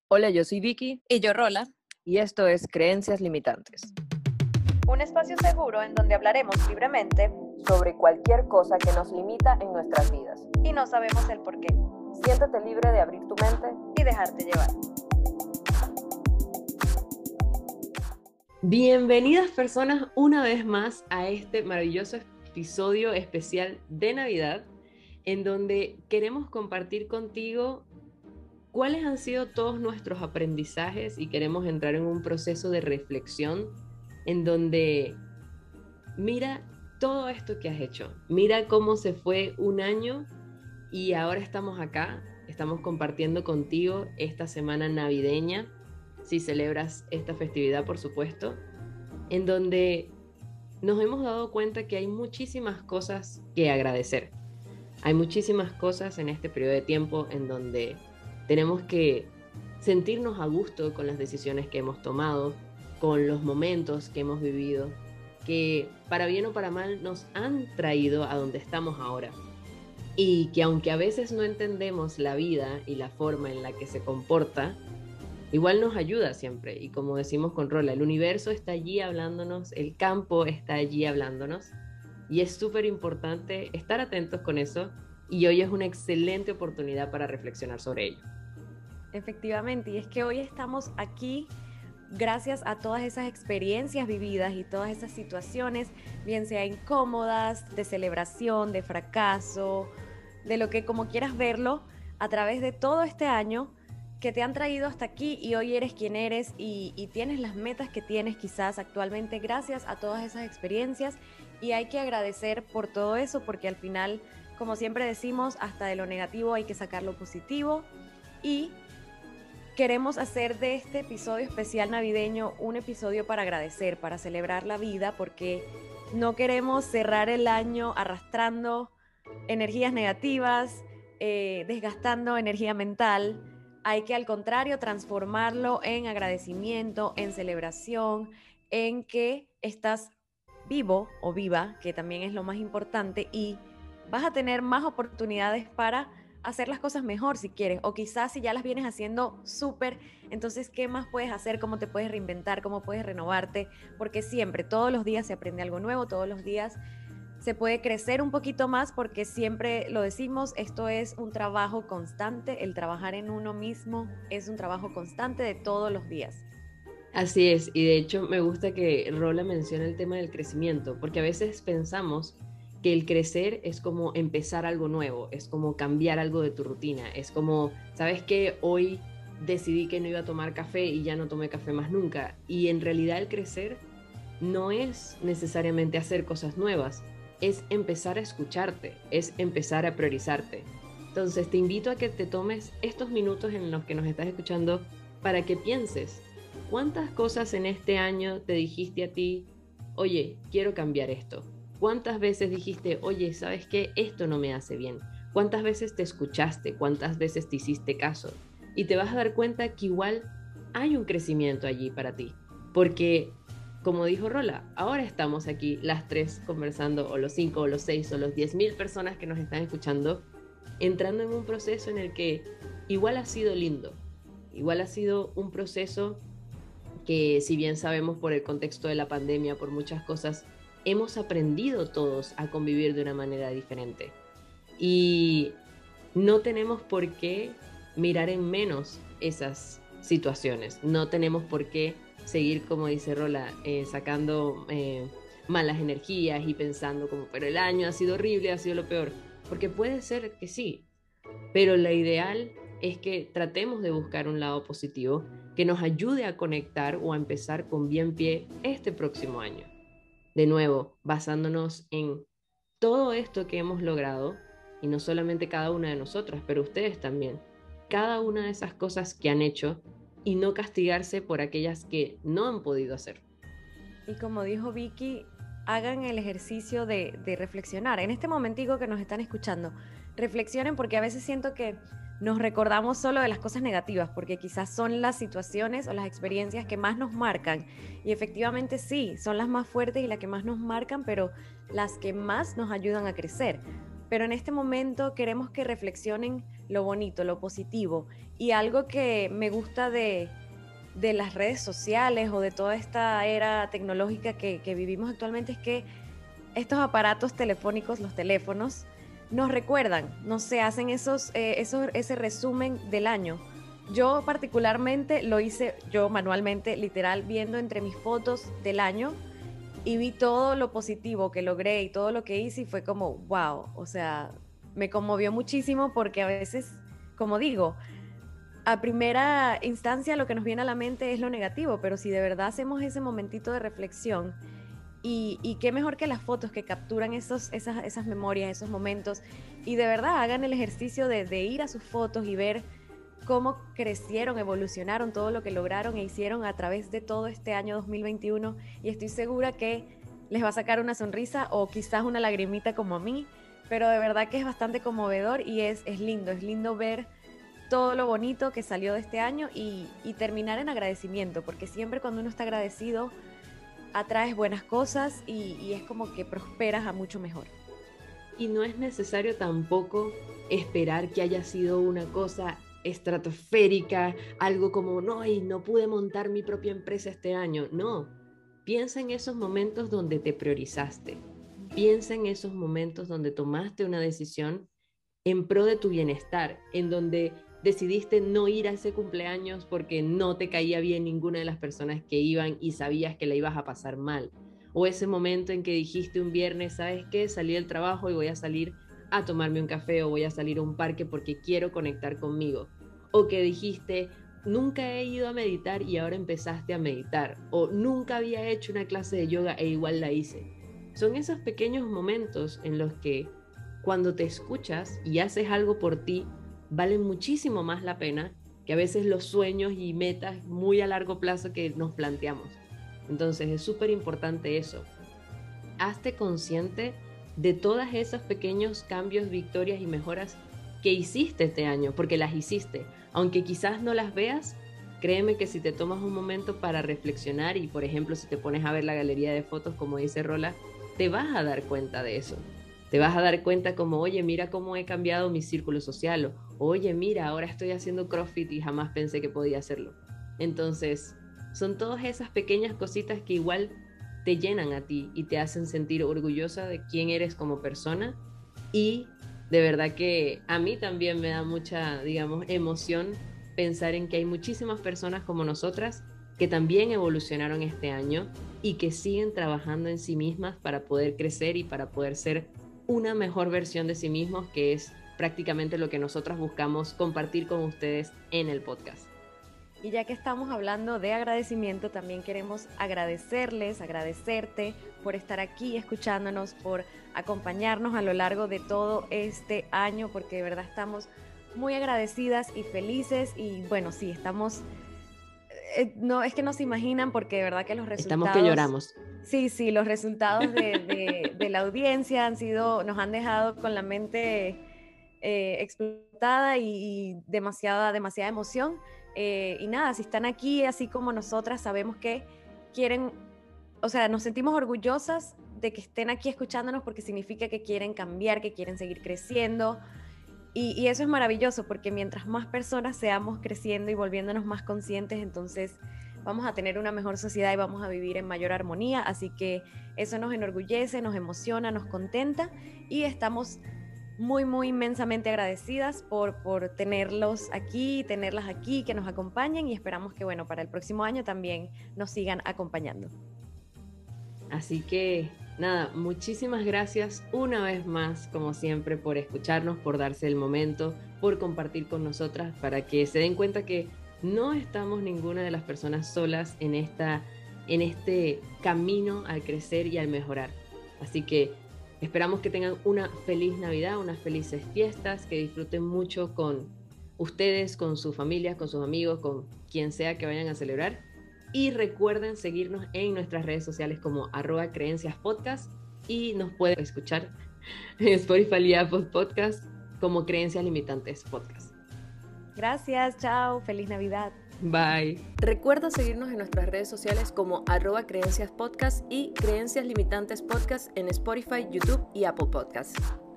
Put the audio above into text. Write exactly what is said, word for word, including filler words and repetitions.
Hola, yo soy Vicky Y yo, Rola. y esto es Creencias Limitantes. Un espacio seguro en donde hablaremos libremente Sobre cualquier cosa que nos limita en nuestras vidas. y no sabemos el por qué. Siéntete libre de abrir tu mente. Y dejarte llevar. Bienvenidas personas una vez más a este maravilloso episodio especial de Navidad, en donde queremos compartir contigo cuáles han sido todos nuestros aprendizajes y queremos entrar en un proceso de reflexión en donde mira todo esto que has hecho, mira cómo se fue un año y ahora estamos acá, estamos compartiendo contigo esta semana navideña, si celebras esta festividad, por supuesto, en donde nos hemos dado cuenta que hay muchísimas cosas que agradecer. Hay muchísimas cosas en este periodo de tiempo en donde tenemos que sentirnos a gusto con las decisiones que hemos tomado, con los momentos que hemos vivido, que para bien o para mal nos han traído a donde estamos ahora. Y que aunque a veces no entendemos la vida y la forma en la que se comporta, igual nos ayuda siempre. Y como decimos con Rola, el universo está allí hablándonos, el campo está allí hablándonos. Y es súper importante estar atentos con eso. Y hoy es una excelente oportunidad para reflexionar sobre ello. Efectivamente, y es que hoy estamos aquí gracias a todas esas experiencias vividas y todas esas situaciones, bien sea incómodas, de celebración, de fracaso, de lo que como quieras verlo, a través de todo este año que te han traído hasta aquí y hoy eres quien eres y, y tienes las metas que tienes quizás actualmente gracias a todas esas experiencias, y hay que agradecer por todo eso porque al final, como siempre decimos, hasta de lo negativo hay que sacar lo positivo. Y queremos hacer de este episodio especial navideño un episodio para agradecer, para celebrar la vida, porque no queremos cerrar el año arrastrando energías negativas, eh, desgastando energía mental. Hay que al contrario transformarlo en agradecimiento, en celebración, en que estás vivo o viva, que también es lo más importante, y vas a tener más oportunidades para hacer las cosas mejor si quieres, o quizás si ya las vienes haciendo súper, entonces ¿qué más puedes hacer? ¿Cómo te puedes reinventar? ¿Cómo puedes renovarte? Porque siempre, todos los días se aprende algo nuevo, todos los días se puede crecer un poquito más, porque siempre lo decimos, esto es un trabajo constante, el trabajar en uno mismo es un trabajo constante de todos los días. Así es, y de hecho me gusta que Rola mencione el tema del crecimiento, porque a veces pensamos que el crecer es como empezar algo nuevo, es como cambiar algo de tu rutina, es como, ¿sabes qué? Hoy decidí que no iba a tomar café y ya no tomé café más nunca. Y en realidad el crecer no es necesariamente hacer cosas nuevas, es empezar a escucharte, es empezar a priorizarte. Entonces te invito a que te tomes estos minutos en los que nos estás escuchando para que pienses, ¿cuántas cosas en este año te dijiste a ti, oye, quiero cambiar esto? ¿Cuántas veces dijiste, oye, ¿sabes qué? Esto no me hace bien. ¿Cuántas veces te escuchaste? ¿Cuántas veces te hiciste caso? Y te vas a dar cuenta que igual hay un crecimiento allí para ti. Porque, como dijo Rola, ahora estamos aquí las tres conversando, o los cinco, o los seis, o los diez mil personas que nos están escuchando, entrando en un proceso en el que igual ha sido lindo. Igual ha sido un proceso que, si bien sabemos por el contexto de la pandemia, por muchas cosas, hemos aprendido todos a convivir de una manera diferente. Y no tenemos por qué mirar en menos esas situaciones. No tenemos por qué seguir, como dice Rola, eh, sacando eh, malas energías y pensando como, pero el año ha sido horrible, ha sido lo peor. Porque puede ser que sí, pero lo ideal es que tratemos de buscar un lado positivo que nos ayude a conectar o a empezar con bien pie este próximo año. De nuevo, basándonos en todo esto que hemos logrado, y no solamente cada una de nosotras, pero ustedes también, cada una de esas cosas que han hecho, y no castigarse por aquellas que no han podido hacer. Y como dijo Vicky, hagan el ejercicio de, de reflexionar. En este momentico que nos están escuchando, reflexionen, porque a veces siento que nos recordamos solo de las cosas negativas, porque quizás son las situaciones o las experiencias que más nos marcan. Y efectivamente sí, son las más fuertes y las que más nos marcan, pero las que más nos ayudan a crecer. Pero en este momento queremos que reflexionen lo bonito, lo positivo, Y algo que me gusta de, de las redes sociales o de toda esta era tecnológica que, que vivimos actualmente es que estos aparatos telefónicos, los teléfonos, nos recuerdan, no sé, hacen esos, eh, esos, ese resumen del año. Yo particularmente lo hice yo manualmente, literal, viendo entre mis fotos del año y vi todo lo positivo que logré y todo lo que hice y fue como, wow, o sea, me conmovió muchísimo porque a veces, como digo, a primera instancia lo que nos viene a la mente es lo negativo, pero si de verdad hacemos ese momentito de reflexión y, y qué mejor que las fotos que capturan esos, esas, esas memorias, esos momentos y de verdad hagan el ejercicio de, de ir a sus fotos y ver cómo crecieron, evolucionaron, todo lo que lograron e hicieron a través de todo este año dos mil veintiuno y estoy segura que les va a sacar una sonrisa o quizás una lagrimita como a mí, pero de verdad que es bastante conmovedor y es, es lindo, es lindo ver todo lo bonito que salió de este año y, y terminar en agradecimiento, porque siempre cuando uno está agradecido atraes buenas cosas y, y es como que prosperas a mucho mejor. Y no es necesario tampoco esperar que haya sido una cosa estratosférica, algo como, no, y no pude montar mi propia empresa este año. No, piensa en esos momentos donde te priorizaste. Piensa en esos momentos donde tomaste una decisión en pro de tu bienestar, en donde decidiste no ir a ese cumpleaños porque no te caía bien ninguna de las personas que iban y sabías que la ibas a pasar mal. O ese momento en que dijiste un viernes, ¿sabes qué? Salí del trabajo y voy a salir a tomarme un café o voy a salir a un parque porque quiero conectar conmigo. O que dijiste, nunca he ido a meditar y ahora empezaste a meditar. O nunca había hecho una clase de yoga e igual la hice. Son esos pequeños momentos en los que cuando te escuchas y haces algo por ti, valen muchísimo más la pena que a veces los sueños y metas muy a largo plazo que nos planteamos. Entonces es súper importante eso. Hazte consciente de todos esos pequeños cambios, victorias y mejoras que hiciste este año, porque las hiciste. Aunque quizás no las veas, créeme que si te tomas un momento para reflexionar y, por ejemplo, si te pones a ver la galería de fotos, como dice Rola, te vas a dar cuenta de eso. Te vas a dar cuenta como, oye, mira cómo he cambiado mi círculo social, o oye, mira, ahora estoy haciendo CrossFit y jamás pensé que podía hacerlo. Entonces, son todas esas pequeñas cositas que igual te llenan a ti y te hacen sentir orgullosa de quién eres como persona. Y de verdad que a mí también me da mucha, digamos, emoción pensar en que hay muchísimas personas como nosotras que también evolucionaron este año y que siguen trabajando en sí mismas para poder crecer y para poder ser una mejor versión de sí mismos, que es prácticamente lo que nosotras buscamos compartir con ustedes en el podcast. Y ya que estamos hablando de agradecimiento, también queremos agradecerles, agradecerte por estar aquí escuchándonos, por acompañarnos a lo largo de todo este año, porque de verdad estamos muy agradecidas y felices y bueno, sí, estamos... Eh, no, es que no se imaginan porque de verdad que los resultados... Estamos que lloramos. Sí, sí, los resultados de, de, de la audiencia han sido, nos han dejado con la mente eh, explotada y, y demasiada, demasiada emoción. Eh, y nada, si están aquí así como nosotras, sabemos que quieren, o sea, nos sentimos orgullosas de que estén aquí escuchándonos porque significa que quieren cambiar, que quieren seguir creciendo. Y, y eso es maravilloso porque mientras más personas seamos creciendo y volviéndonos más conscientes, entonces vamos a tener una mejor sociedad y vamos a vivir en mayor armonía. Así que eso nos enorgullece, nos emociona, nos contenta y estamos muy, muy inmensamente agradecidas por, por tenerlos aquí, tenerlas aquí, que nos acompañen y esperamos que, bueno, para el próximo año también nos sigan acompañando. Así que, nada, muchísimas gracias una vez más, como siempre, por escucharnos, por darse el momento, por compartir con nosotras, para que se den cuenta que no estamos ninguna de las personas solas en, esta, en este camino al crecer y al mejorar. Así que esperamos que tengan una feliz Navidad, unas felices fiestas, que disfruten mucho con ustedes, con sus familias, con sus amigos, con quien sea que vayan a celebrar. Y recuerden seguirnos en nuestras redes sociales como arroba creencias podcast y nos pueden escuchar en Spotify y Apple Podcast como Creencias Limitantes Podcast. Gracias, chao, feliz Navidad. Bye. Recuerda seguirnos en nuestras redes sociales como arroba creencias podcast y Creencias Limitantes Podcast en Spotify, YouTube y Apple Podcast.